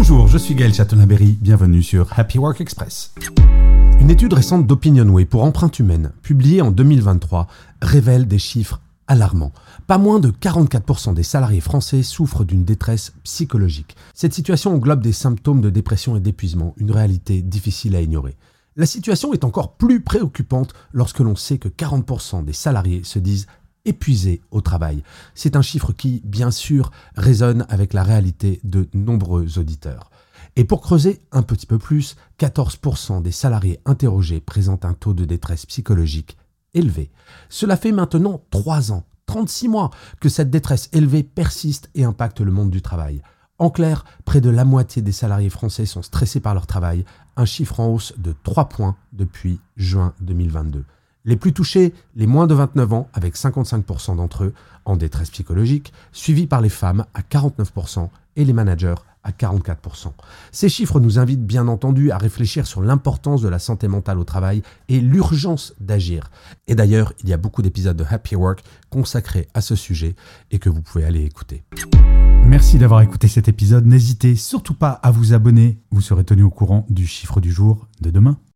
Bonjour, je suis Gaël Chatonaberry, bienvenue sur Happy Work Express. Une étude récente d'Opinionway pour Empreinte Humaine, publiée en 2023, révèle des chiffres alarmants. Pas moins de 44% des salariés français souffrent d'une détresse psychologique. Cette situation englobe des symptômes de dépression et d'épuisement, une réalité difficile à ignorer. La situation est encore plus préoccupante lorsque l'on sait que 40% des salariés se disent épuisés au travail. C'est un chiffre qui, bien sûr, résonne avec la réalité de nombreux auditeurs. Et pour creuser un petit peu plus, 14% des salariés interrogés présentent un taux de détresse psychologique élevé. Cela fait maintenant 3 ans, 36 mois, que cette détresse élevée persiste et impacte le monde du travail. En clair, près de la moitié des salariés français sont stressés par leur travail, un chiffre en hausse de 3 points depuis juin 2022. Les plus touchés, les moins de 29 ans, avec 55% d'entre eux en détresse psychologique, suivis par les femmes à 49% et les managers à 44%. Ces chiffres nous invitent bien entendu à réfléchir sur l'importance de la santé mentale au travail et l'urgence d'agir. Et d'ailleurs, il y a beaucoup d'épisodes de Happy Work consacrés à ce sujet et que vous pouvez aller écouter. Merci d'avoir écouté cet épisode. N'hésitez surtout pas à vous abonner. Vous serez tenu au courant du chiffre du jour de demain.